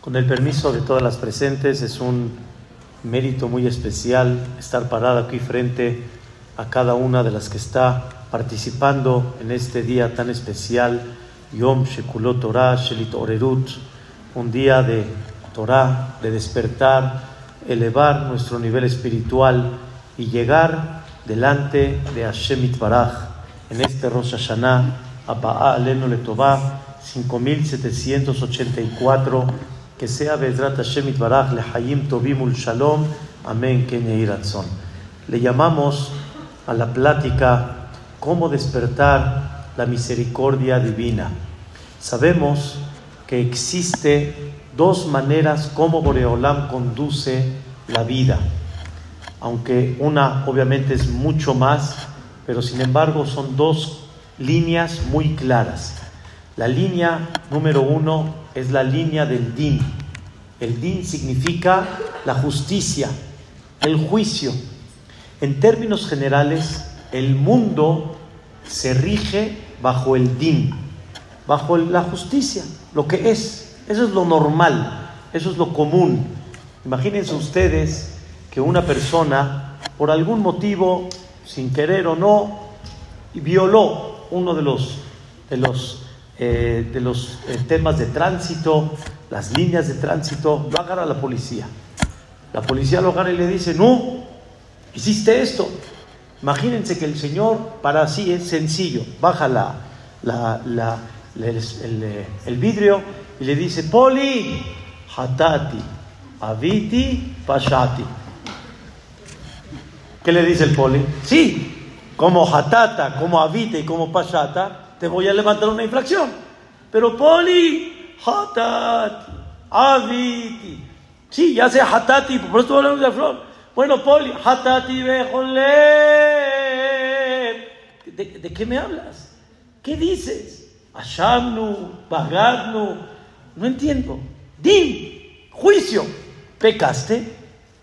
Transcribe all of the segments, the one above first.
Con el permiso de todas las presentes, es un mérito muy especial estar parado aquí frente a cada una de las que está participando en este día tan especial, Yom Shekulot Torah Shelit Orerut, un día de Torah, de despertar, elevar nuestro nivel espiritual y llegar delante de Hashem Yitbaraj en este Rosh Hashanah, Abba Alenu Letová, 5784, que sea Bezrat Hashem Yitbaraj Lehayim Tovim Ul Shalom, Amén Ken Yehi Ratzon. Le llamamos a la plática cómo despertar la misericordia divina. Sabemos que existe dos maneras como Boreolam conduce la vida, aunque una obviamente es mucho más, pero sin embargo son dos líneas muy claras. La línea número uno es la línea del din. El din significa la justicia, el juicio. En términos generales, el mundo se rige bajo el din, bajo la justicia, lo que es. Eso es lo normal, eso es lo común. Imagínense ustedes que una persona, por algún motivo, sin querer o no, violó uno de los temas de tránsito, las líneas de tránsito, lo agarra la policía. La policía lo agarra y le dice: no, hiciste esto. Imagínense que el señor, para así es sencillo, baja el vidrio y le dice: Poli, hatati, aviti, pashati. ¿Qué le dice el poli? Sí, como hatata, como avite y como pashata, te voy a levantar una infracción. Pero poli, hatati, aviti. Sí, ya sea hatati, por eso hablamos de la flor. Bueno, poli, hatati, bejole. ¿De qué me hablas? ¿Qué dices? Ashamnu, bagadnu. No entiendo. Din, juicio. Pecaste,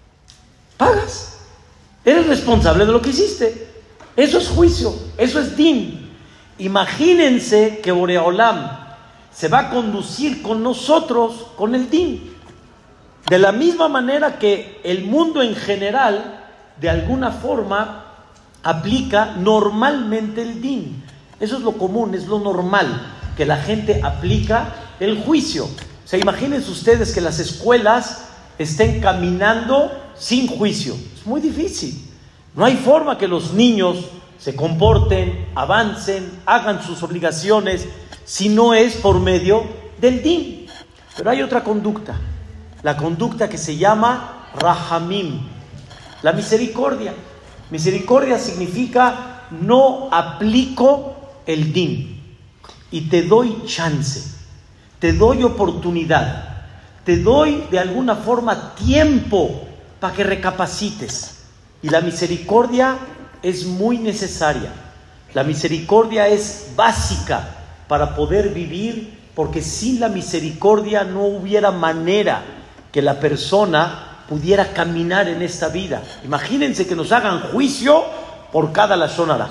pagas. Eres responsable de lo que hiciste. Eso es juicio, eso es din. Imagínense que Boreolam se va a conducir con nosotros con el din. De la misma manera que el mundo en general, de alguna forma, aplica normalmente el din. Eso es lo común, es lo normal, que la gente aplica el juicio. O sea, imagínense ustedes que las escuelas estén caminando sin juicio. Es muy difícil. No hay forma que los niños se comporten, avancen, hagan sus obligaciones, si no es por medio del din. Pero hay otra conducta, la conducta que se llama rahamim, la misericordia. Misericordia significa: no aplico el din y te doy chance, te doy oportunidad, te doy de alguna forma tiempo para que recapacites. Y la misericordia es muy necesaria. La misericordia es básica para poder vivir, porque sin la misericordia no hubiera manera que la persona pudiera caminar en esta vida. Imagínense que nos hagan juicio por cada lashon hara.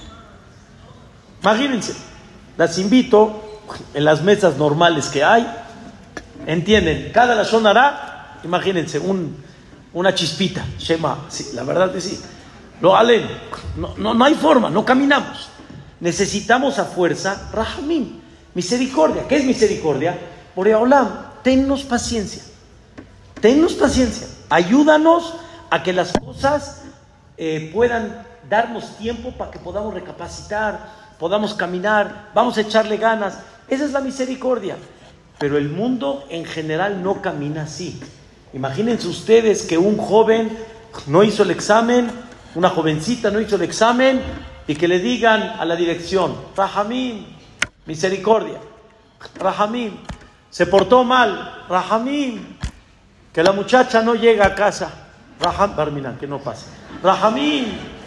Imagínense, las invito en las mesas normales que hay, entienden, cada lashon hara, imagínense una chispita, Shema, sí, la verdad que sí. Lo alen, no hay forma, no caminamos. Necesitamos a fuerza rahamim, misericordia. ¿Qué es misericordia? Boreolam, tennos paciencia. Tennos paciencia. Ayúdanos a que las cosas puedan darnos tiempo para que podamos recapacitar, podamos caminar, vamos a echarle ganas. Esa es la misericordia. Pero el mundo en general no camina así. Imagínense ustedes que un joven no hizo el examen, una jovencita no hizo el examen, y que le digan a la dirección: rahamim, misericordia, rahamim, se portó mal, rahamim, que la muchacha no llega a casa, rahamim, Barminan, que no pase, rahamim,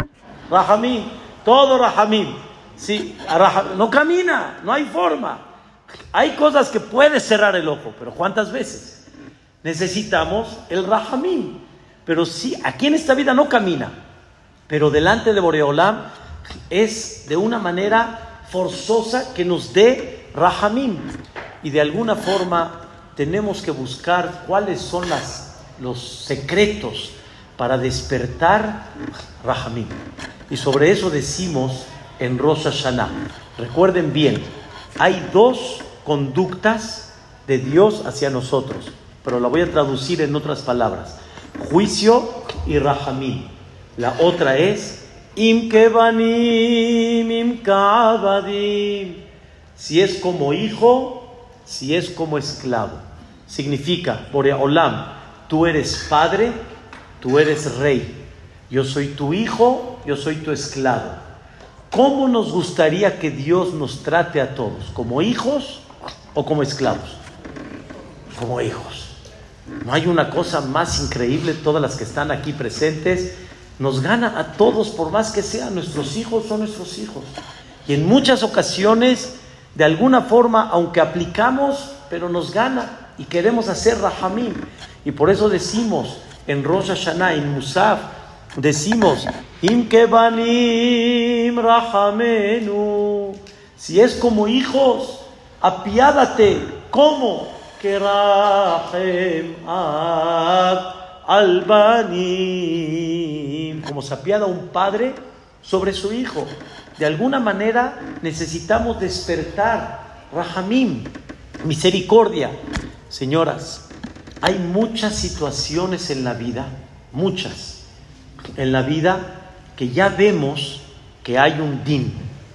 todo rahamim. Sí, no camina, no hay forma. Hay cosas que puedes cerrar el ojo, pero ¿cuántas veces? Necesitamos el rahamim. Pero sí, aquí en esta vida no camina, pero delante de Boreolam es de una manera forzosa que nos dé rahamim. Y de alguna forma tenemos que buscar cuáles son los secretos para despertar Rahamim. Y sobre eso decimos en Rosh Hashanah. Recuerden bien, hay dos conductas de Dios hacia nosotros, pero la voy a traducir en otras palabras: juicio y Rahamim. La otra es Im kebanim, im kavadim. Si es como hijo, si es como esclavo. Significa, Borei Olam, tú eres padre, tú eres rey. Yo soy tu hijo, yo soy tu esclavo. ¿Cómo nos gustaría que Dios nos trate a todos? ¿Como hijos o como esclavos? Como hijos. No hay una cosa más increíble. Todas las que están aquí presentes, nos gana a todos, por más que sean nuestros hijos, son nuestros hijos. Y en muchas ocasiones, de alguna forma, aunque aplicamos, pero nos gana y queremos hacer Rahamim. Y por eso decimos en Rosh Hashanah, en Musaf, decimos Im kebanim rahamenu. Si es como hijos, apiádate. ¿Cómo? Que rahem al banim, como se apiada un padre sobre su hijo. De alguna manera necesitamos despertar Rahamim, misericordia. Señoras, hay muchas situaciones en la vida, muchas en la vida, que ya vemos que hay un din.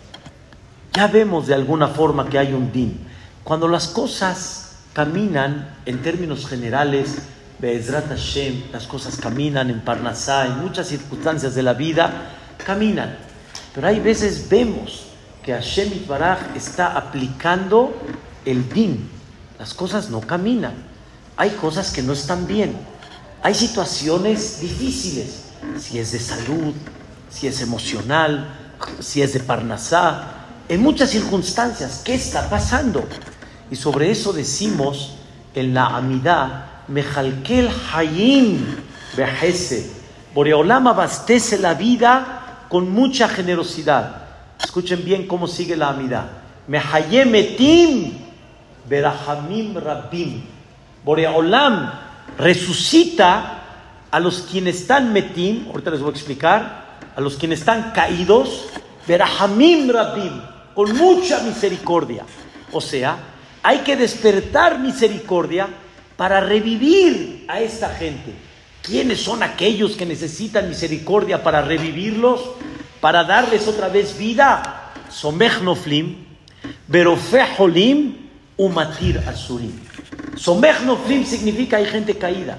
Ya vemos de alguna forma que hay un din. Cuando las cosas caminan en términos generales, Be'ezrat Hashem, las cosas caminan en Parnasá, en muchas circunstancias de la vida, caminan. Pero hay veces vemos que Hashem Yitbaraj está aplicando el din. Las cosas no caminan. Hay cosas que no están bien. Hay situaciones difíciles. Si es de salud, si es emocional, si es de Parnasá, en muchas circunstancias. ¿Qué está pasando? Y sobre eso decimos en la Amidá, Mejalkel Hayim Behesed. Borei Olam abastece la vida con mucha generosidad. Escuchen bien cómo sigue la Amidá. Mehayem etim berahamim rabbim. Borei Olam resucita a los quienes están metim, ahorita les voy a explicar, a los quienes están caídos, berahamim rabbim, con mucha misericordia. O sea, hay que despertar misericordia para revivir a esta gente. ¿Quiénes son aquellos que necesitan misericordia para revivirlos? Para darles otra vez vida. Somech noflim, berofeh holim, umatir asurim. Somech noflim significa hay gente caída.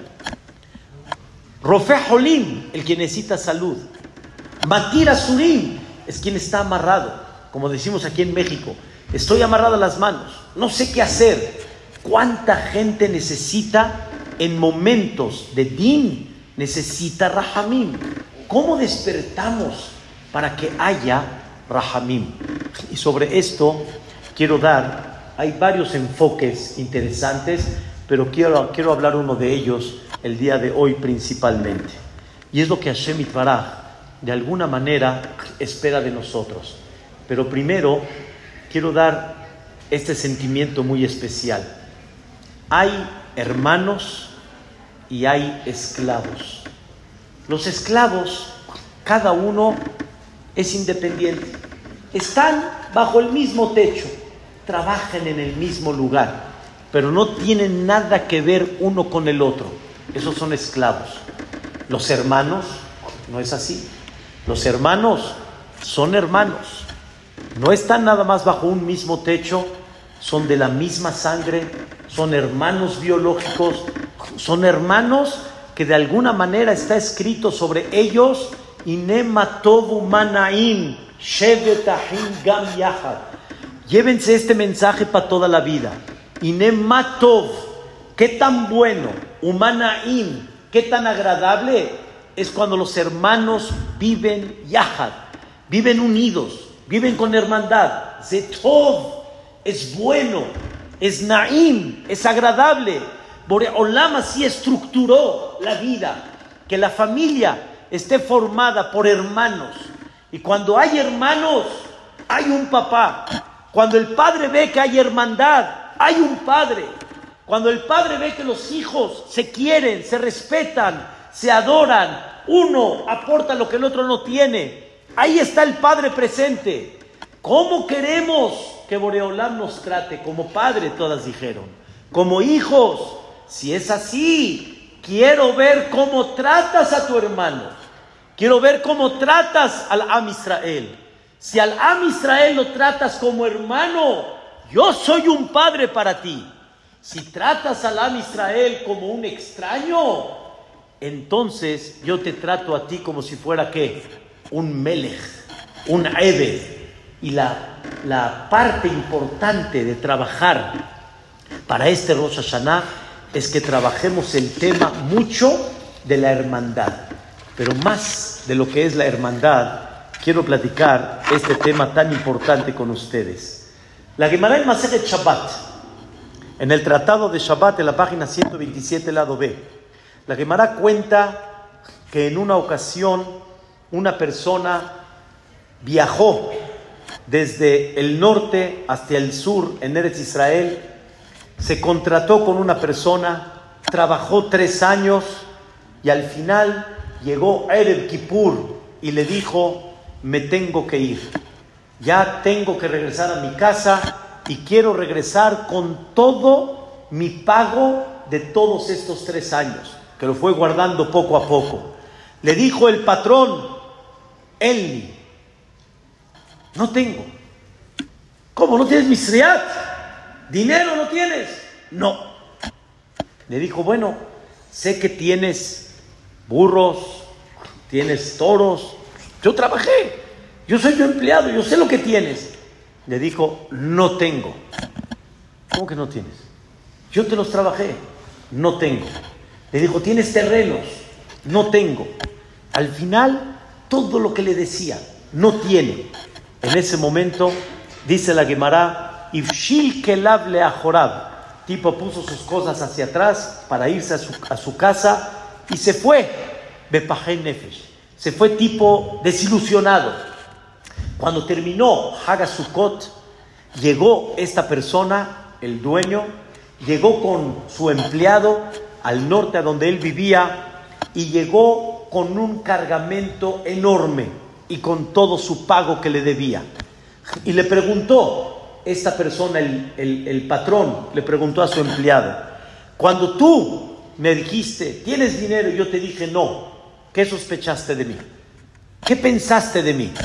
Rofeh holim, el que necesita salud. Matir asurim es quien está amarrado. Como decimos aquí en México, estoy amarrado a las manos, no sé qué hacer. ¿Cuánta gente necesita en momentos de din? Necesita Rahamim. ¿Cómo despertamos para que haya Rahamim? Y sobre esto quiero dar, hay varios enfoques interesantes, pero quiero hablar uno de ellos el día de hoy principalmente. Y es lo que Hashem Yitbaraj de alguna manera espera de nosotros. Pero primero quiero dar este sentimiento muy especial. Hay hermanos y hay esclavos. Los esclavos, cada uno es independiente. Están bajo el mismo techo, trabajan en el mismo lugar, pero no tienen nada que ver uno con el otro. Esos son esclavos. Los hermanos, no es así. Los hermanos son hermanos. No están nada más bajo un mismo techo, son de la misma sangre, son hermanos biológicos, son hermanos que de alguna manera está escrito sobre ellos, Inema tovu manaim shevet ahim gam yachad. Llévense este mensaje para toda la vida. Inema tov, qué tan bueno, umanaim, qué tan agradable es cuando los hermanos viven yachad, viven unidos, viven con hermandad. Zetov es bueno, es naim, es agradable. Borei Olam así estructuró la vida, que la familia esté formada por hermanos. Y cuando hay hermanos, hay un papá. Cuando el padre ve que hay hermandad, hay un padre. Cuando el padre ve que los hijos se quieren, se respetan, se adoran, uno aporta lo que el otro no tiene, ahí está el padre presente. ¿Cómo queremos que Boreolam nos trate? Como padre, todas dijeron. Como hijos. Si es así, quiero ver cómo tratas a tu hermano. Quiero ver cómo tratas al Am Israel. Si al Am Israel lo tratas como hermano, yo soy un padre para ti. Si tratas al Am Israel como un extraño, entonces yo te trato a ti como si fuera ¿qué? Un melech, un ebed. Y la parte importante de trabajar para este Rosh Hashanah es que trabajemos el tema mucho de la hermandad. Pero más de lo que es la hermandad, quiero platicar este tema tan importante con ustedes. La Gemara en Masejet Shabbat, en el Tratado de Shabbat, en la página 127, lado B, la Gemara cuenta que en una ocasión una persona viajó desde el norte hacia el sur en Eretz Israel, se contrató con una persona, trabajó 3 años y al final llegó Erev Kippur y le dijo: me tengo que ir, ya tengo que regresar a mi casa y quiero regresar con todo mi pago de todos estos 3 años, que lo fue guardando poco a poco. Le dijo el patrón: Elni, no tengo. ¿Cómo no tienes misriat? ¿Dinero no tienes? No. Le dijo: bueno, sé que tienes burros, tienes toros, yo trabajé, yo soy tu empleado, yo sé lo que tienes. Le dijo: no tengo. ¿Cómo que no tienes? Yo te los trabajé, no tengo. Le dijo: tienes terrenos, no tengo. Al final, todo lo que le decía, no tiene. En ese momento, dice la Gemara, Ifshil Kelav Leahorab, tipo puso sus cosas hacia atrás para irse a su casa y se fue, Bepajei Nefesh, se fue tipo desilusionado. Cuando terminó Hag HaSukkot, llegó esta persona, el dueño, llegó con su empleado al norte a donde él vivía y llegó con un cargamento enorme y con todo su pago que le debía. Y le preguntó esta persona, el patrón, le preguntó a su empleado: cuando tú me dijiste, ¿tienes dinero? Y yo te dije no, ¿qué sospechaste de mí? ¿Qué pensaste de mí?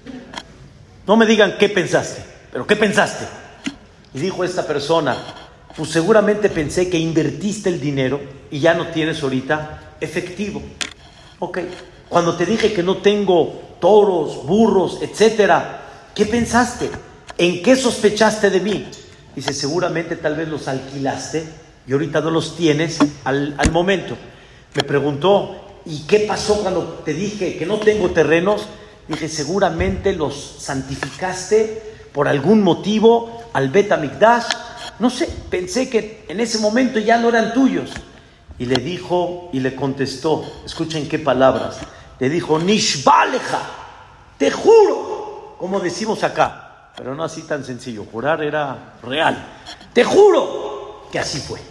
No me digan qué pensaste, pero ¿qué pensaste? Y dijo esta persona: pues seguramente pensé que invertiste el dinero y ya no tienes ahorita efectivo. Ok, cuando te dije que no tengo toros, burros, etcétera, ¿qué pensaste? ¿En qué sospechaste de mí? Dice: seguramente tal vez los alquilaste y ahorita no los tienes al momento. Me preguntó: ¿y qué pasó cuando te dije que no tengo terrenos? Dije: seguramente los santificaste por algún motivo al Bet HaMikdash. No sé, pensé que en ese momento ya no eran tuyos. Y le dijo, y le contestó, escuchen qué palabras, le dijo: Nishbaleja, te juro, como decimos acá, pero no así tan sencillo, jurar era real. Te juro que así fue.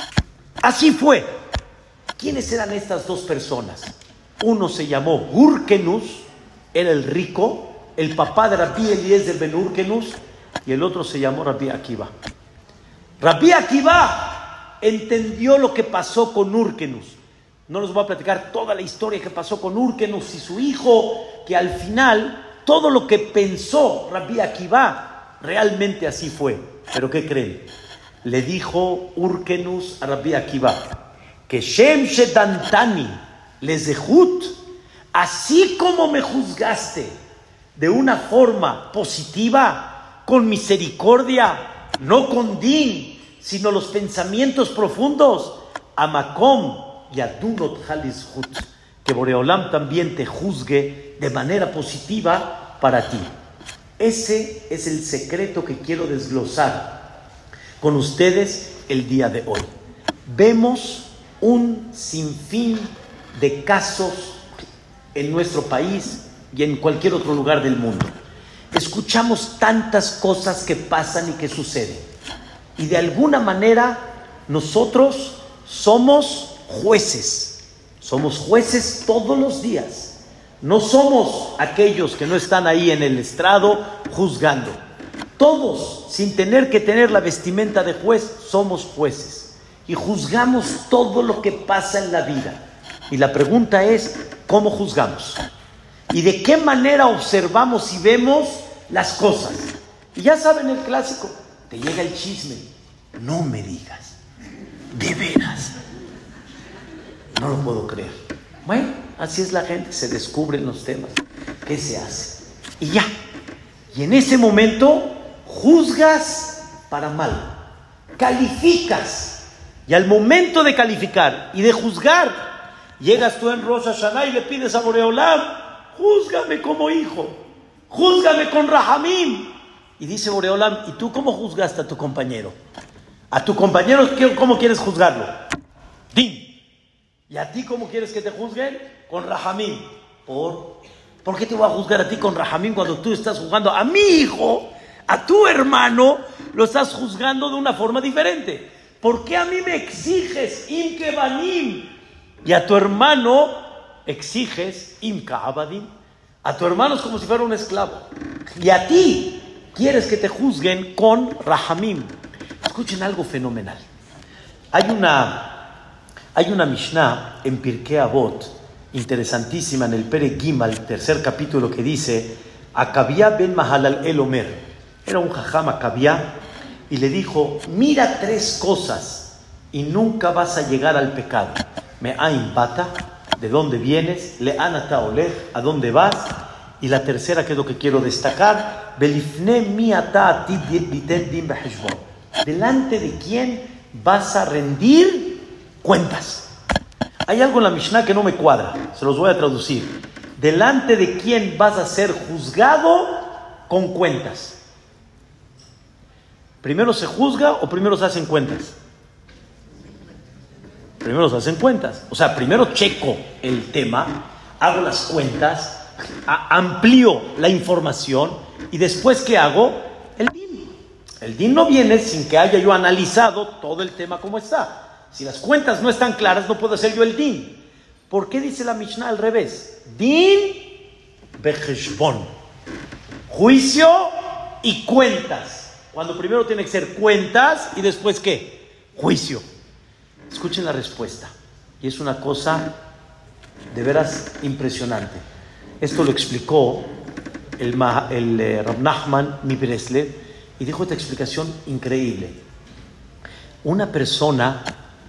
Así fue. ¿Quiénes eran estas dos personas? Uno se llamó Hurkenus, era el rico, el papá de Rabbi Eliezer ben Hurkenus, y el otro se llamó Rabbi Akiva. Rabbi Akiva entendió lo que pasó con Hurkenus. No les voy a platicar toda la historia que pasó con Hurkenus y su hijo, que al final todo lo que pensó Rabbi Akiva realmente así fue. ¿Pero qué creen? Le dijo Hurkenus a Rabbi Akiva que Shem Shedantani Lezehut, así como me juzgaste de una forma positiva, con misericordia, no con din, sino los pensamientos profundos, Amakom Yadunot Halishut, que Boreolam también te juzgue de manera positiva para ti. Ese es el secreto que quiero desglosar con ustedes el día de hoy. Vemos un sinfín de casos en nuestro país y en cualquier otro lugar del mundo. Escuchamos tantas cosas que pasan y que suceden, y de alguna manera nosotros somos jueces. Somos jueces todos los días. No somos aquellos que no están ahí en el estrado juzgando. Todos, sin tener que tener la vestimenta de juez, somos jueces. Y juzgamos todo lo que pasa en la vida. Y la pregunta es, ¿cómo juzgamos? ¿Y de qué manera observamos y vemos las cosas? Y ya saben el clásico, te llega el chisme. No me digas, de veras. No lo puedo creer. Bueno, así es la gente, se descubren los temas. ¿Qué se hace? Y ya. Y en ese momento juzgas para mal. Calificas. Y al momento de calificar y de juzgar, llegas tú en Rosh Hashanah y le pides a Boreolam, júzgame como hijo. Júzgame con Rahamim. Y dice Boreolam, ¿y tú cómo juzgaste a tu compañero? A tu compañero, ¿cómo quieres juzgarlo? Din. ¿Y a ti cómo quieres que te juzguen? Con Rahamim. ¿Por qué te voy a juzgar a ti con Rahamim cuando tú estás juzgando a mi hijo, a tu hermano, lo estás juzgando de una forma diferente? ¿Por qué a mí me exiges im kebanim y a tu hermano exiges im ka'abadim? A tu hermano es como si fuera un esclavo. Y a ti quieres que te juzguen con Rahamim. Escuchen algo fenomenal. Hay una Mishnah en Pirkei Avot, interesantísima, en el Perek Gimal, tercer capítulo, que dice: Acabía ben Mahalal el Omer, era un jajam Acabía, y le dijo: mira 3 cosas y nunca vas a llegar al pecado. Me'ain bata, ¿de dónde vienes? Le'an ata olej, ¿a dónde vas? Y la tercera, que es lo que quiero destacar: Belifne mi ata atid diten din beheshbon, ¿delante de quién vas a rendir cuentas? Hay algo en la Mishnah que no me cuadra, se los voy a traducir. ¿Delante de quién vas a ser juzgado con cuentas? ¿Primero se juzga o primero se hacen cuentas? Primero se hacen cuentas. O sea, primero checo el tema, hago las cuentas, amplío la información y después, ¿qué hago? El din. El din no viene sin que haya yo analizado todo el tema como está. Si las cuentas no están claras, no puedo hacer yo el din. ¿Por qué dice la Mishnah al revés? Din beheshbon, juicio y cuentas. Cuando primero tiene que ser cuentas y después ¿qué? Juicio. Escuchen la respuesta. Y es una cosa de veras impresionante. Esto lo explicó el Rav Nachman Mibreslev y dijo esta explicación increíble. Una persona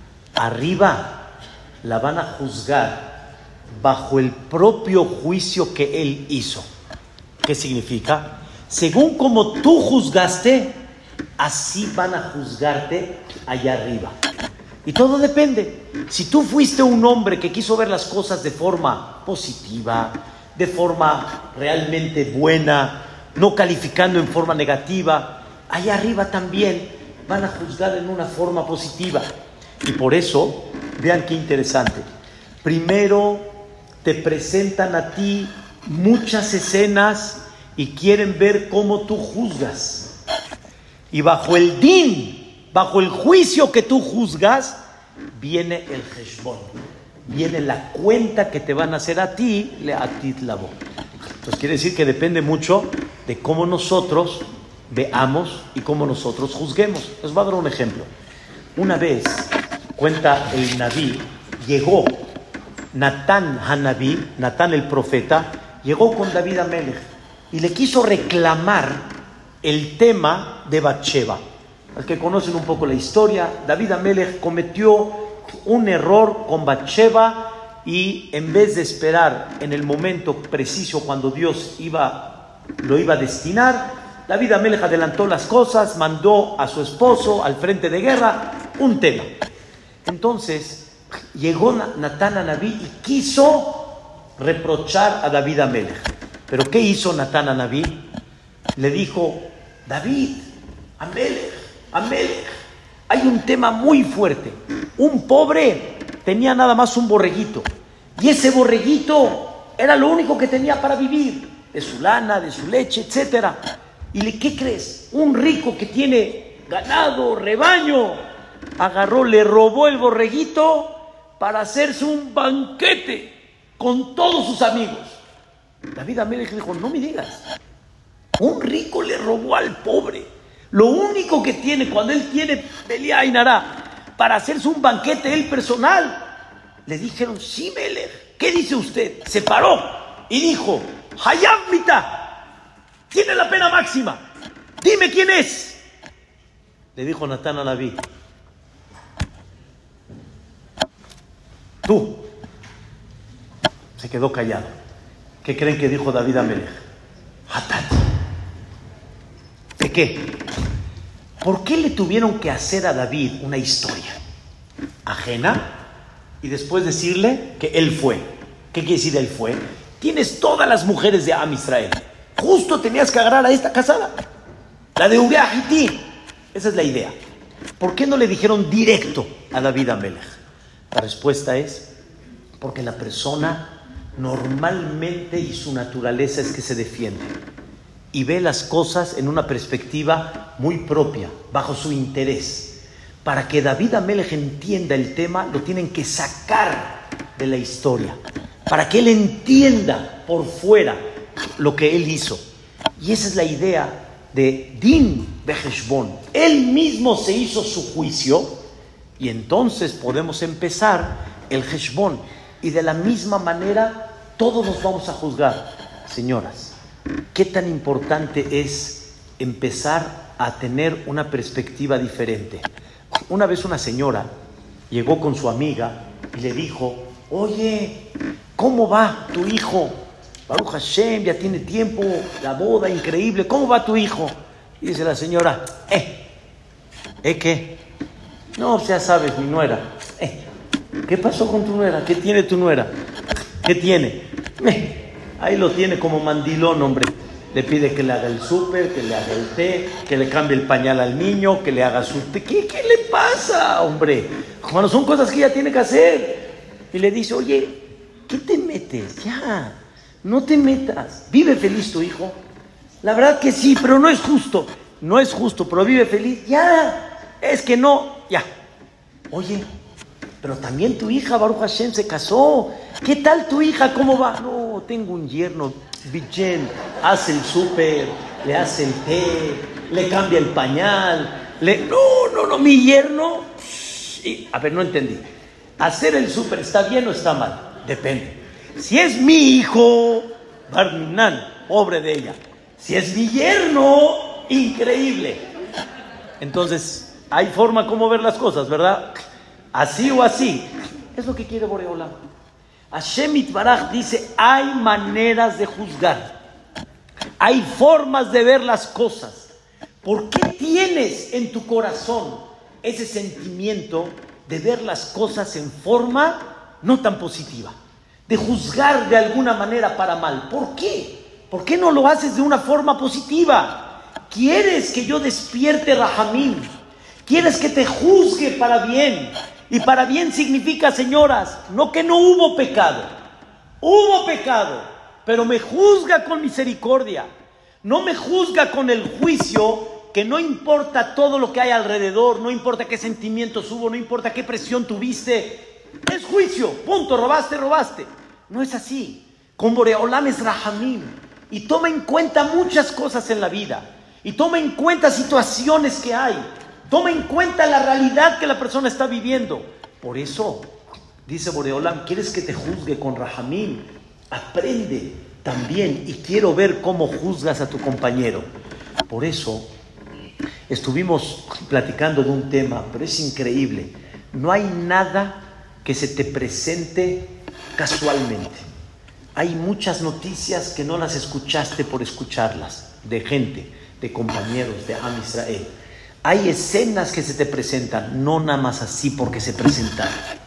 arriba la van a juzgar bajo el propio juicio que él hizo. ¿Qué significa? Según como tú juzgaste, así van a juzgarte allá arriba. Y todo depende. Si tú fuiste un hombre que quiso ver las cosas de forma positiva, de forma realmente buena, no calificando en forma negativa, allá arriba también van a juzgar en una forma positiva. Y por eso, vean qué interesante. Primero te presentan a ti muchas escenas y quieren ver cómo tú juzgas. Y bajo el din, bajo el juicio que tú juzgas, viene el heshbon, viene la cuenta que te van a hacer a ti, leatit labo. Entonces quiere decir que depende mucho de cómo nosotros veamos y cómo nosotros juzguemos. Les voy a dar un ejemplo. Una vez, cuenta el Naví, llegó Natán Hanabí, Natán el profeta, llegó con David Amelech y le quiso reclamar el tema de Batsheba. Los que conocen un poco la historia, David Amelech cometió un error con Batsheba y en vez de esperar en el momento preciso cuando Dios lo iba a destinar, David Amelech adelantó las cosas, mandó a su esposo al frente de guerra, un tema. Entonces llegó Natán Hanabí y quiso reprochar a David Amelech. ¿Pero qué hizo Natán Hanabí? Le dijo: David, Amelech, hay un tema muy fuerte. Un pobre tenía nada más un borreguito y ese borreguito era lo único que tenía para vivir, de su lana, de su leche, etcétera. ¿Y qué crees? Un rico que tiene ganado, rebaño, agarró, le robó el borreguito para hacerse un banquete con todos sus amigos. David Amelech dijo, no me digas, un rico le robó al pobre lo único que tiene cuando él tiene pelea y nará para hacerse un banquete él personal. Le dijeron, sí, Melech, ¿qué dice usted? Se paró y dijo, Hayab Mita, tiene la pena máxima, dime quién es. Le dijo Natán a David, tú. Se quedó callado. ¿Qué creen que dijo David Amelech? Hatat. ¿De qué? ¿Por qué le tuvieron que hacer a David una historia ajena y después decirle que él fue? ¿Qué quiere decir él fue? Tienes todas las mujeres de Am Israel. Justo tenías que agarrar a esta casada, la de Uriah Hití. Esa es la idea. ¿Por qué no le dijeron directo a David Amelech? La respuesta es porque la persona normalmente y su naturaleza es que se defiende y ve las cosas en una perspectiva muy propia, bajo su interés. Para que David Amelech entienda el tema, lo tienen que sacar de la historia, para que él entienda por fuera lo que él hizo. Y esa es la idea de Din Beheshbon. Él mismo se hizo su juicio y entonces podemos empezar el Heshbon. Y de la misma manera todos nos vamos a juzgar. Señoras, ¿qué tan importante es empezar a tener una perspectiva diferente? Una vez una señora llegó con su amiga y le dijo, oye, ¿cómo va tu hijo? Baruch Hashem, ya tiene tiempo, la boda increíble, ¿cómo va tu hijo? Y dice la señora, ¿qué? No, ya sabes, mi nuera. ¿Qué pasó con tu nuera? ¿Qué tiene tu nuera? ¿Qué tiene? Ahí lo tiene como mandilón, hombre. Le pide que le haga el súper, que le haga el té, que le cambie el pañal al niño, que le haga su té. ¿Qué le pasa, hombre? Cuando son cosas que ella tiene que hacer. Y le dice, oye, ¿qué te metes? Ya, no te metas. ¿Vive feliz tu hijo? La verdad que sí, pero no es justo. No es justo, pero vive feliz. Ya, es que no, ya. Oye, pero también tu hija, Baruch Hashem, se casó. ¿Qué tal tu hija? ¿Cómo va? No, tengo un yerno, Bichen, hace el súper, le hace el té, le cambia el pañal. No, mi yerno. A ver, no entendí. ¿Hacer el súper está bien o está mal? Depende. Si es mi hijo, Barminan, pobre de ella. Si es mi yerno, increíble. Entonces, hay forma como ver las cosas, ¿verdad? Así o así. Es lo que quiere Boreolam. Hashem Itbaraj dice, hay maneras de juzgar. Hay formas de ver las cosas. ¿Por qué tienes en tu corazón ese sentimiento de ver las cosas en forma no tan positiva? De juzgar de alguna manera para mal. ¿Por qué? ¿Por qué no lo haces de una forma positiva? ¿Quieres que yo despierte Rahamim? ¿Quieres que te juzgue para bien? Y para bien significa, señoras, no que no hubo pecado. Hubo pecado, pero me juzga con misericordia. No me juzga con el juicio, que no importa todo lo que hay alrededor, no importa qué sentimientos hubo, no importa qué presión tuviste. Es juicio, punto, robaste. No es así. Con Boreolam es Rahamim. Y toma en cuenta muchas cosas en la vida. Y toma en cuenta situaciones que hay. Toma en cuenta la realidad que la persona está viviendo. Por eso, dice Boreolam, ¿quieres que te juzgue con Rahamim? Aprende también y quiero ver cómo juzgas a tu compañero. Por eso, estuvimos platicando de un tema, pero es increíble. No hay nada que se te presente casualmente. Hay muchas noticias que no las escuchaste por escucharlas, de gente, de compañeros, de Am Israel. Hay escenas que se te presentan, no nada más así porque se presentan.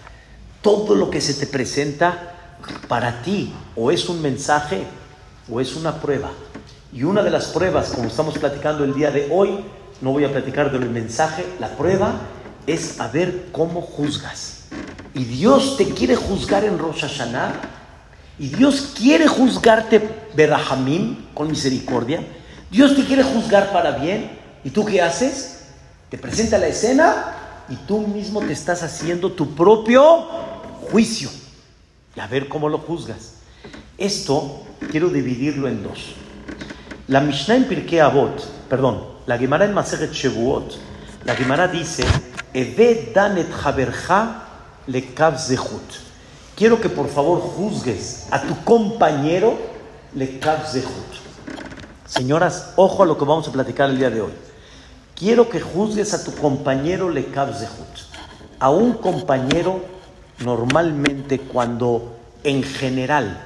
Todo lo que se te presenta para ti o es un mensaje o es una prueba. Y una de las pruebas, como estamos platicando el día de hoy, no voy a platicar del mensaje, la prueba es a ver cómo juzgas. Y Dios te quiere juzgar en Rosh Hashanah, y Dios quiere juzgarte Berahamim, con misericordia. Dios te quiere juzgar para bien. ¿Y tú qué haces? Te presenta la escena y tú mismo te estás haciendo tu propio juicio. Y a ver cómo lo juzgas. Esto quiero dividirlo en dos. La Mishnah en Pirkei Avot, la Gemara en Masechet Shevuot, la Gemara dice, Eve dan et haberja lekav zehut. Quiero que por favor juzgues a tu compañero lekav zehut. Señoras, ojo a lo que vamos a platicar el día de hoy. Quiero que juzgues a tu compañero lekav zehut. A un compañero, normalmente cuando en general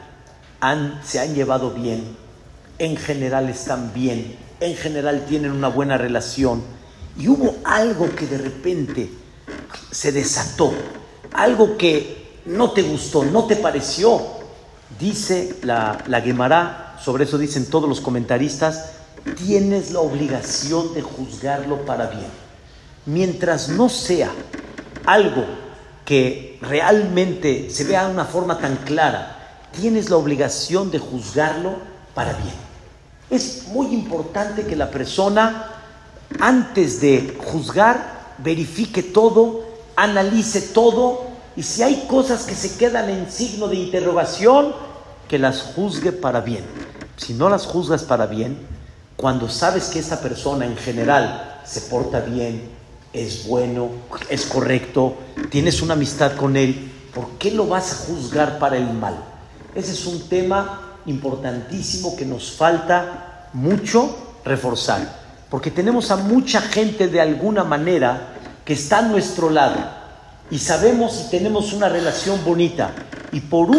se han llevado bien, en general están bien, en general tienen una buena relación, y hubo algo que de repente se desató, algo que no te gustó, no te pareció, dice la Gemara, sobre eso dicen todos los comentaristas, tienes la obligación de juzgarlo para bien. Mientras no sea algo que realmente se vea de una forma tan clara, tienes la obligación de juzgarlo para bien. Es muy importante que la persona, antes de juzgar, verifique todo, analice todo, y si hay cosas que se quedan en signo de interrogación, que las juzgue para bien. Si no las juzgas para bien, cuando sabes que esa persona en general se porta bien, es bueno, es correcto, tienes una amistad con él, ¿por qué lo vas a juzgar para el mal? Ese es un tema importantísimo que nos falta mucho reforzar, porque tenemos a mucha gente de alguna manera que está a nuestro lado y sabemos y tenemos una relación bonita, y por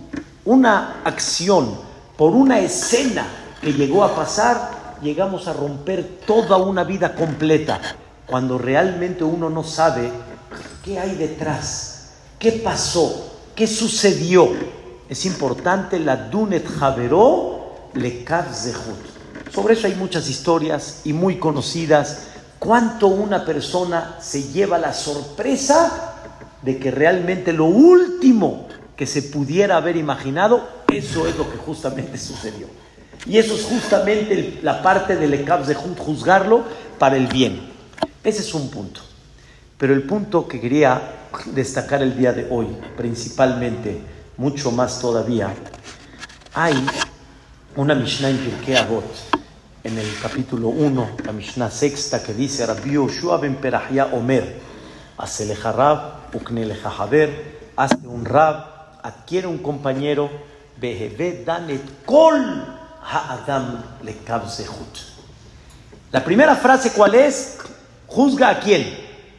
una acción, por una escena que llegó a pasar, llegamos a romper toda una vida completa, cuando realmente uno no sabe qué hay detrás, qué pasó, qué sucedió. Es importante la dunet javeró lekav zehut. Sobre eso hay muchas historias y muy conocidas. Cuánto una persona se lleva la sorpresa de que realmente lo último que se pudiera haber imaginado, eso es lo que justamente sucedió. Y eso es justamente la parte del lekav zehut, juzgarlo para el bien. Ese es un punto. Pero el punto que quería destacar el día de hoy, principalmente, mucho más todavía, hay una Mishnah en Pirkei Avot, en el capítulo 1, la Mishnah sexta, que dice, Rabbi Yoshua ben Perahia Omer, hace leja rab, ukne leja haber, hazte un rab, adquiere un compañero, beheve danet kol ha'adam lekav zehut. La primera frase, ¿cuál es? Juzga a quién.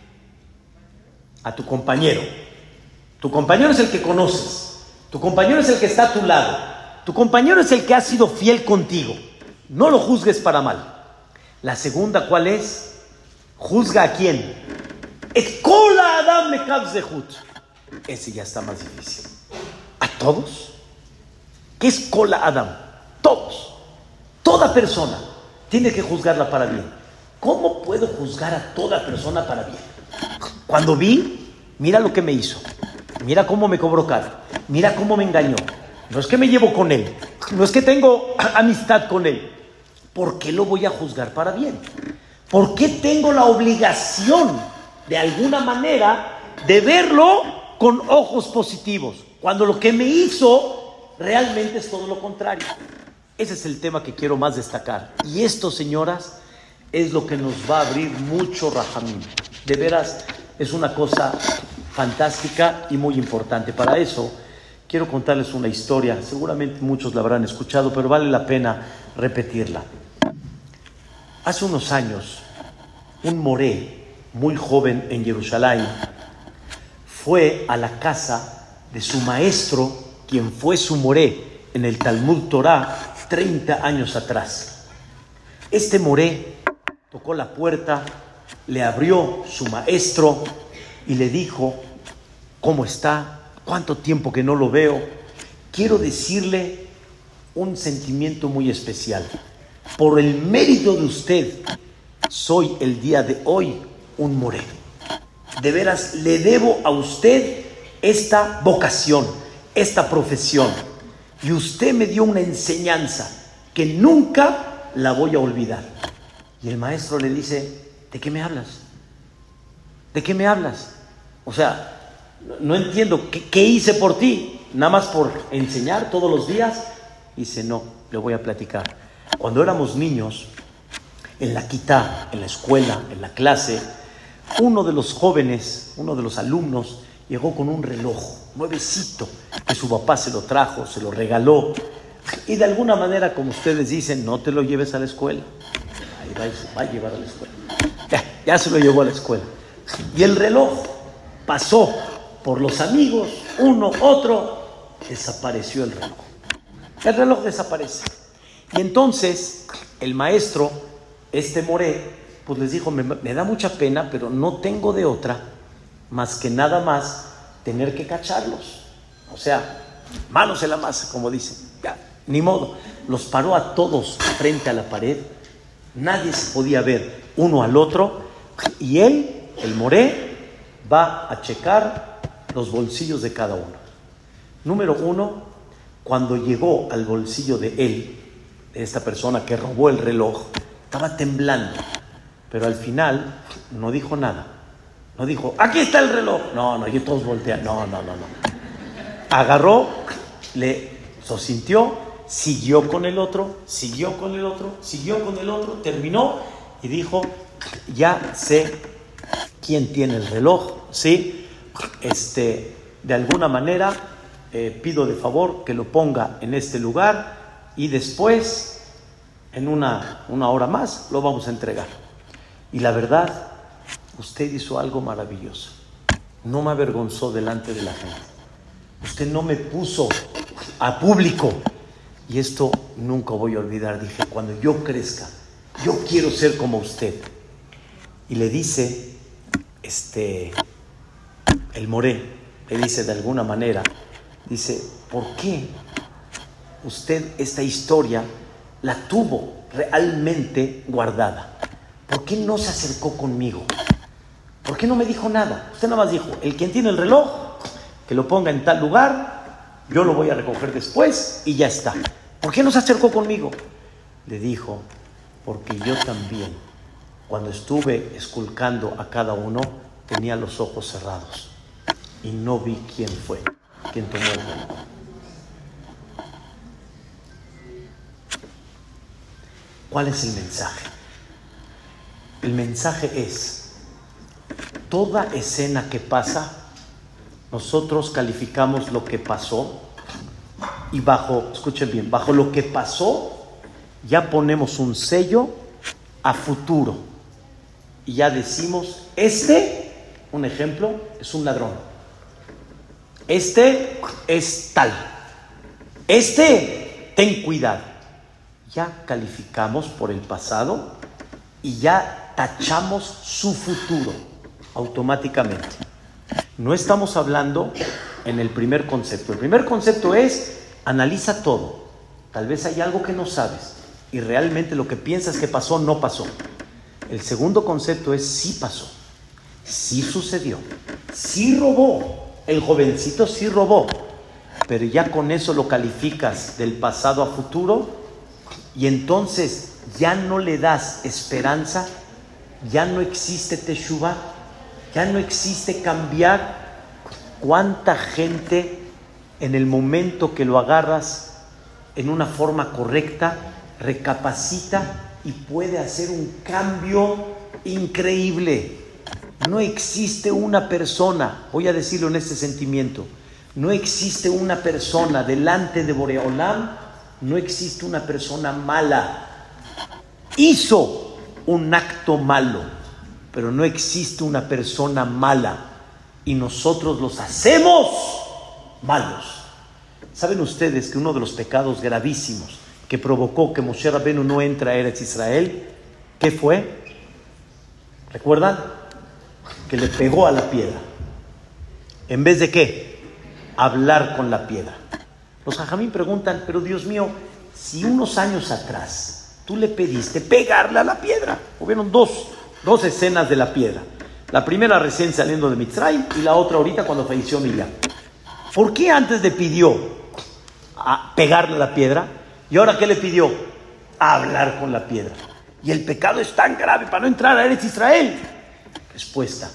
A tu compañero. Tu compañero es el que conoces. Tu compañero es el que está a tu lado. Tu compañero es el que ha sido fiel contigo. No lo juzgues para mal. La segunda, ¿cuál es? Juzga a quién. Et kol ha'adam lekav zehut. Ese ya está más difícil. ¿A todos? ¿Qué es kol ha'adam? Todos. Toda persona tiene que juzgarla para bien. ¿Cómo puedo juzgar a toda persona para bien? Cuando vi, mira lo que me hizo. Mira cómo me cobró caro. Mira cómo me engañó. No es que me llevo con él. No es que tengo amistad con él. ¿Por qué lo voy a juzgar para bien? ¿Por qué tengo la obligación, de alguna manera, de verlo con ojos positivos, cuando lo que me hizo realmente es todo lo contrario? Ese es el tema que quiero más destacar. Y esto, señoras, es lo que nos va a abrir mucho Rahamim. De veras, es una cosa fantástica y muy importante. Para eso, quiero contarles una historia. Seguramente muchos la habrán escuchado, pero vale la pena repetirla. Hace unos años, un moré muy joven en Jerusalén fue a la casa de su maestro, quien fue su moré en el Talmud Torah 30 años atrás. Este moré tocó la puerta, le abrió su maestro y le dijo, ¿cómo está? ¿Cuánto tiempo que no lo veo? Quiero decirle un sentimiento muy especial. Por el mérito de usted, soy el día de hoy un moré. De veras, le debo a usted esta vocación, esta profesión. Y usted me dio una enseñanza que nunca la voy a olvidar. Y el maestro le dice, ¿de qué me hablas? ¿De qué me hablas? O sea, no entiendo, ¿qué hice por ti? ¿Nada más por enseñar todos los días? Dice, no, le voy a platicar. Cuando éramos niños, en la quitá, en la escuela, en la clase, uno de los jóvenes, uno de los alumnos, llegó con un reloj nuevecito que su papá se lo trajo, se lo regaló. Y de alguna manera, como ustedes dicen, no te lo lleves a la escuela. Ahí va a llevar a la escuela. Ya se lo llevó a la escuela. Y el reloj pasó por los amigos, uno, otro, desapareció el reloj. El reloj desaparece. Y entonces el maestro, Moré, pues les dijo, me da mucha pena, pero no tengo de otra más que nada más tener que cacharlos. O sea, manos en la masa, como dicen. Ya, ni modo. Los paró a todos frente a la pared. Nadie se podía ver uno al otro. Y él, el Moré, va a checar los bolsillos de cada uno. Número 1, cuando llegó al bolsillo de él, de esta persona que robó el reloj, estaba temblando, pero al final no dijo nada. No dijo, aquí está el reloj. No, y todos voltean. No. Agarró, le sosintió, siguió con el otro, terminó y dijo, ya sé quién tiene el reloj, ¿sí? De alguna manera pido de favor que lo ponga en este lugar y después, en una hora más, lo vamos a entregar. Y la verdad, usted hizo algo maravilloso. No me avergonzó delante de la gente. Usted no me puso a público. Y esto nunca voy a olvidar. Dije, cuando yo crezca, yo quiero ser como usted. Y le dice, el Moré, le dice de alguna manera, dice, ¿por qué usted esta historia la tuvo realmente guardada? ¿Por qué no se acercó conmigo? ¿Por qué no me dijo nada? Usted nada más dijo, el quien tiene el reloj, que lo ponga en tal lugar, yo lo voy a recoger después y ya está. ¿Por qué no se acercó conmigo? Le dijo, porque yo también, cuando estuve esculcando a cada uno, tenía los ojos cerrados y no vi quién fue, quién tomó el reloj. ¿Cuál es el mensaje? El mensaje es, toda escena que pasa, nosotros calificamos lo que pasó y escuchen bien, bajo lo que pasó ya ponemos un sello a futuro y ya decimos, un ejemplo, es un ladrón, es tal, ten cuidado. Ya calificamos por el pasado y ya tachamos su futuro automáticamente. No estamos hablando en el primer concepto. El primer concepto es, analiza todo. Tal vez hay algo que no sabes y realmente lo que piensas que pasó no pasó. El segundo concepto es, sí pasó, sí sucedió, sí robó, el jovencito sí robó, pero ya con eso lo calificas del pasado a futuro. Y entonces ya no le das esperanza, ya no existe teshuvá, ya no existe cambiar. ¿Cuánta gente en el momento que lo agarras en una forma correcta, recapacita y puede hacer un cambio increíble? No existe una persona, voy a decirlo en este sentimiento, no existe una persona delante de Boreolam. No existe una persona mala. Hizo un acto malo, pero no existe una persona mala. Y nosotros los hacemos malos. ¿Saben ustedes que uno de los pecados gravísimos que provocó que Moshe Rabbeinu no entra a Eretz Israel, ¿qué fue? ¿Recuerdan? Que le pegó a la piedra. ¿En vez de qué? Hablar con la piedra. Los jajamín preguntan, pero Dios mío, si unos años atrás tú le pediste pegarle a la piedra, hubieron dos escenas de la piedra. La primera recién saliendo de Mitzrayim y la otra ahorita cuando falleció Miriam. ¿Por qué antes le pidió a pegarle a la piedra y ahora qué le pidió? A hablar con la piedra. Y el pecado es tan grave para no entrar a Eretz Israel. Respuesta,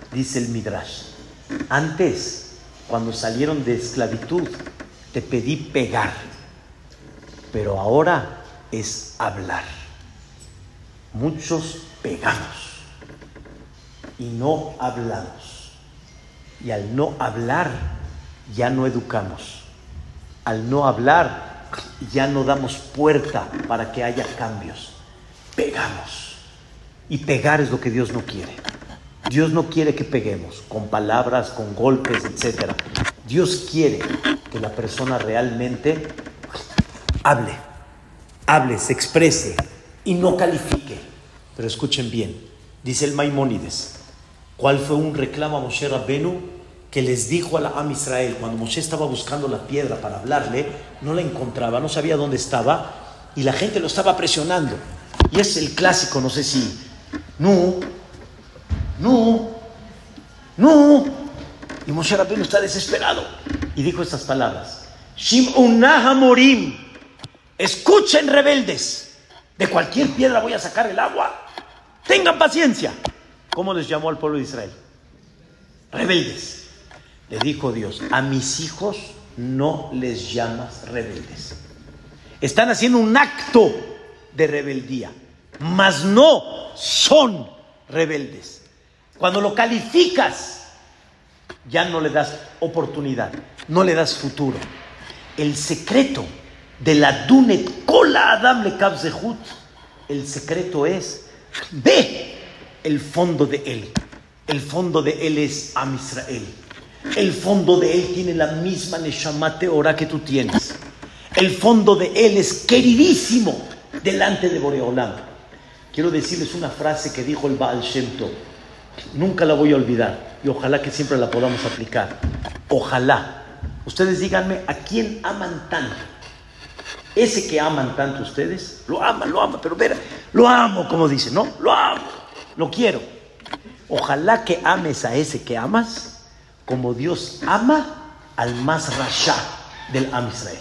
Dice el Midrash, antes, cuando salieron de esclavitud, te pedí pegar, pero ahora es hablar. Muchos pegamos y no hablamos. Y al no hablar, ya no educamos. Al no hablar, ya no damos puerta para que haya cambios. Pegamos. Y pegar es lo que Dios no quiere. Dios no quiere que peguemos con palabras, con golpes, etc. Dios quiere que la persona realmente hable, se exprese y no califique. Pero escuchen bien, dice el Maimónides, ¿cuál fue un reclamo a Moshe Rabbenu que les dijo a la Am Israel? Cuando Moshe estaba buscando la piedra para hablarle, no la encontraba, no sabía dónde estaba y la gente lo estaba presionando. Y es el clásico, no sé si, no. Y Moshe Rabbenu está desesperado y dijo estas palabras: Shim'unah Hamorim, escuchen rebeldes, de cualquier piedra voy a sacar el agua, tengan paciencia. ¿Cómo les llamó al pueblo de Israel? Rebeldes. Le dijo Dios, a mis hijos no les llamas rebeldes. Están haciendo un acto de rebeldía, mas no son rebeldes. Cuando lo calificas, ya no le das oportunidad, no le das futuro. El secreto de la Dunet Kola Adam le Kav Zehut, el secreto es, ve el fondo de él. El fondo de él es Am Israel. El fondo de él tiene la misma Neshama Teorá que tú tienes. El fondo de él es queridísimo delante de Boreolam. Quiero decirles una frase que dijo el Baal Shem Tov. Nunca la voy a olvidar y ojalá que siempre la podamos aplicar. Ojalá. Ustedes díganme, ¿a quién aman tanto? Ese que aman tanto ustedes, lo aman, pero mira, lo amo, como dicen, ¿no? Lo amo, lo quiero. Ojalá que ames a ese que amas como Dios ama al más rasha del Am Israel.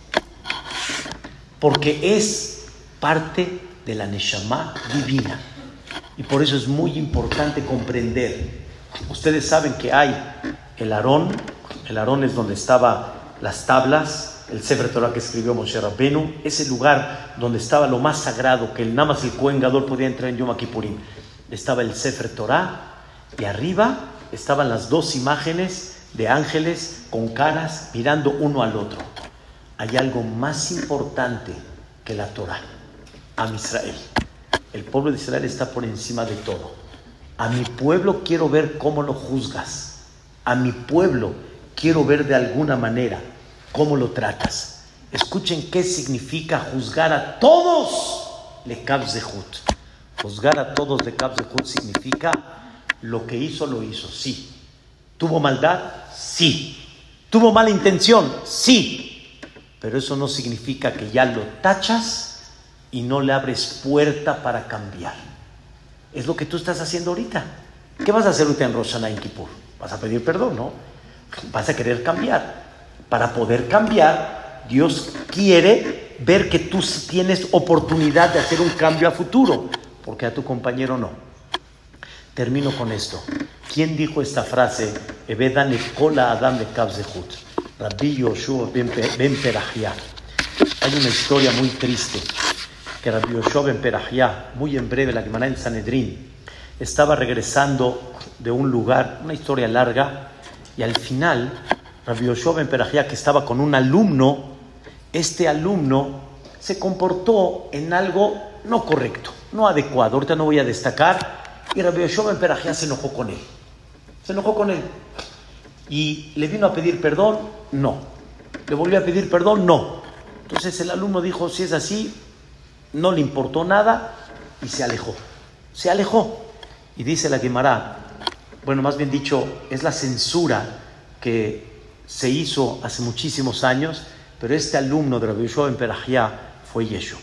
Porque es parte de la Neshama divina. Y por eso es muy importante comprender. Ustedes saben que hay el Aarón es donde estaban las tablas, el Sefer Torah que escribió Moshe Rabbenu, ese lugar donde estaba lo más sagrado, que nada más el Kohen Gadol podía entrar en Yom Kippurim. Estaba el Sefer Torah y arriba estaban las dos imágenes de ángeles con caras mirando uno al otro. Hay algo más importante que la Torah, Am Israel. El pueblo de Israel está por encima de todo. A mi pueblo quiero ver cómo lo juzgas. A mi pueblo quiero ver de alguna manera cómo lo tratas. Escuchen qué significa juzgar a todos le Kav Zehut. Juzgar a todos le Kav Zehut significa lo que hizo, lo hizo, sí. ¿Tuvo maldad? Sí. ¿Tuvo mala intención? Sí. Pero eso no significa que ya lo tachas y no le abres puerta para cambiar. Es lo que tú estás haciendo ahorita. ¿Qué vas a hacer ahorita en Rosh Hashanah y Kippur? Vas a pedir perdón, ¿no? Vas a querer cambiar. Para poder cambiar, Dios quiere ver que tú tienes oportunidad de hacer un cambio a futuro, porque a tu compañero no. Termino con esto. ¿Quién dijo esta frase? Evedan Kola Adam le Kav Zehut. Rabbi Yoshua ben Perachia. Hay una historia muy triste que Rabbi Yoshua ben Perachia, muy en breve, la Gemara en Sanedrín, estaba regresando de un lugar, una historia larga, y al final Rabbi Yoshua ben Perachia, que estaba con un alumno, este alumno se comportó en algo no correcto, no adecuado. Ahorita no voy a destacar. Y Rabbi Yoshua ben Perachia se enojó con él. Y le vino a pedir perdón, no. Le volvió a pedir perdón, no. Entonces el alumno dijo, si es así, no le importó nada y se alejó. Y dice la Gemara, bueno, más bien dicho, es la censura que se hizo hace muchísimos años, pero este alumno de Rabbi Yoshua ben Perachia fue Yeshu.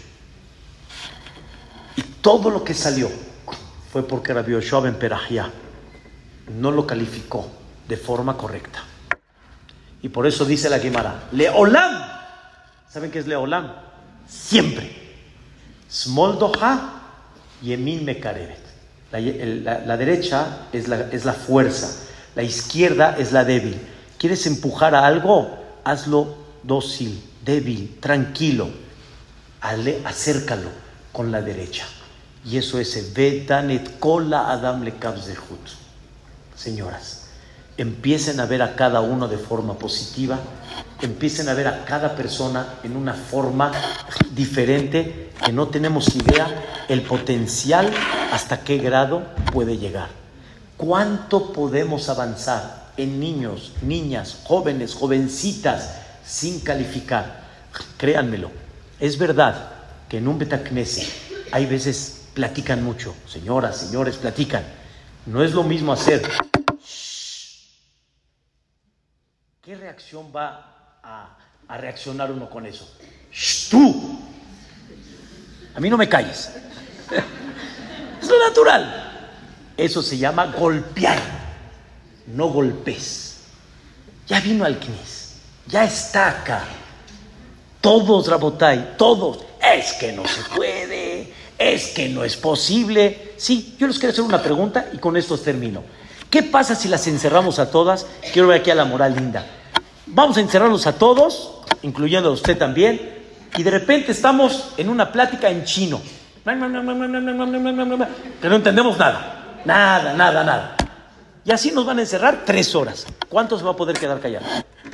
Y todo lo que salió fue porque Rabbi Yoshua ben Perachia no lo calificó de forma correcta. Y por eso dice la Gemara, Leolam. ¿Saben qué es Leolam? Siempre. Smol doha, yemin mekarevet. La derecha es la fuerza, la izquierda es la débil. ¿Quieres empujar a algo? Hazlo dócil, débil, tranquilo. Acércalo con la derecha. Y eso es Vedanet Kola Adam Lekab Zehut. Señoras, empiecen a ver a cada uno de forma positiva, empiecen a ver a cada persona en una forma diferente, que no tenemos idea el potencial hasta qué grado puede llegar. ¿Cuánto podemos avanzar en niños, niñas, jóvenes, jovencitas, sin calificar? Créanmelo, es verdad que en un Betacneset hay veces platican mucho, señoras, señores, platican. No es lo mismo hacer ¿qué reacción va a reaccionar uno con eso? ¡Tú! A mí no me calles. Es lo natural. Eso se llama golpear, no golpes. Ya vino al CNIS, ya está acá. Todos, Rabotay, todos. Es que no se puede, es que no es posible. Sí, yo les quiero hacer una pregunta y con esto termino. ¿Qué pasa si las encerramos a todas? Quiero ver aquí a la moral linda. Vamos a encerrarlos a todos, incluyendo a usted también, y de repente estamos en una plática en chino. Que no entendemos nada. Nada. Y así nos van a encerrar 3 horas. ¿Cuántos va a poder quedar callados?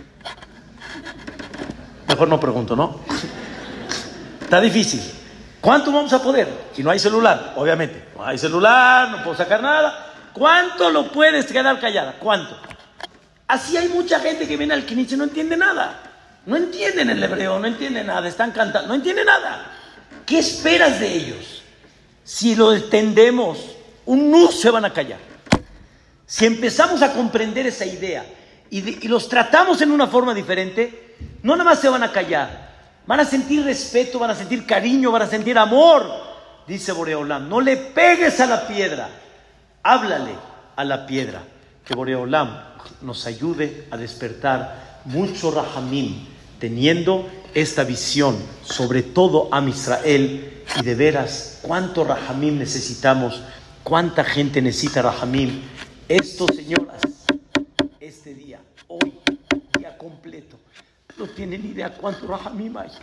Mejor no pregunto, ¿no? Está difícil. ¿Cuánto vamos a poder? Si no hay celular, obviamente. No hay celular, no puedo sacar nada. ¿Cuánto lo puedes quedar callada? ¿Cuánto? Así hay mucha gente que viene al CNIS y no entiende nada. No entienden el hebreo, no entienden nada, están cantando, no entienden nada. ¿Qué esperas de ellos? Si lo entendemos, se van a callar. Si empezamos a comprender esa idea y los tratamos en una forma diferente, no nada más se van a callar, van a sentir respeto, van a sentir cariño, van a sentir amor. Dice Boreolam, no le pegues a la piedra, háblale a la piedra. Que Boreolam nos ayude a despertar mucho Rahamim, teniendo esta visión, sobre todo a Israel, y de veras, cuánto Rahamim necesitamos, cuánta gente necesita Rahamim. Esto, señoras, este día, hoy, día completo, no tienen idea cuánto Rahamim hay.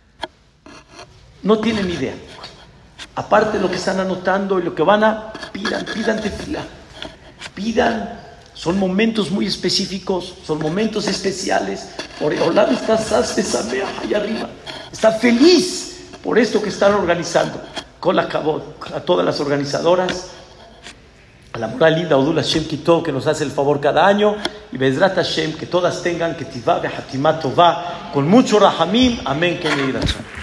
No tienen idea. Aparte de lo que están anotando y lo que van a, pidan tefilá, pidan. Son momentos muy específicos, son momentos especiales. Boreolam está allá arriba, está feliz por esto que están organizando. Con la cabot, a todas las organizadoras, a la moral linda Odul Hashem Kitov, que nos hace el favor cada año, y Bezrat Hashem, que todas tengan Ketivá Behatimá Tová, con mucho Rahamim. Amén. Que me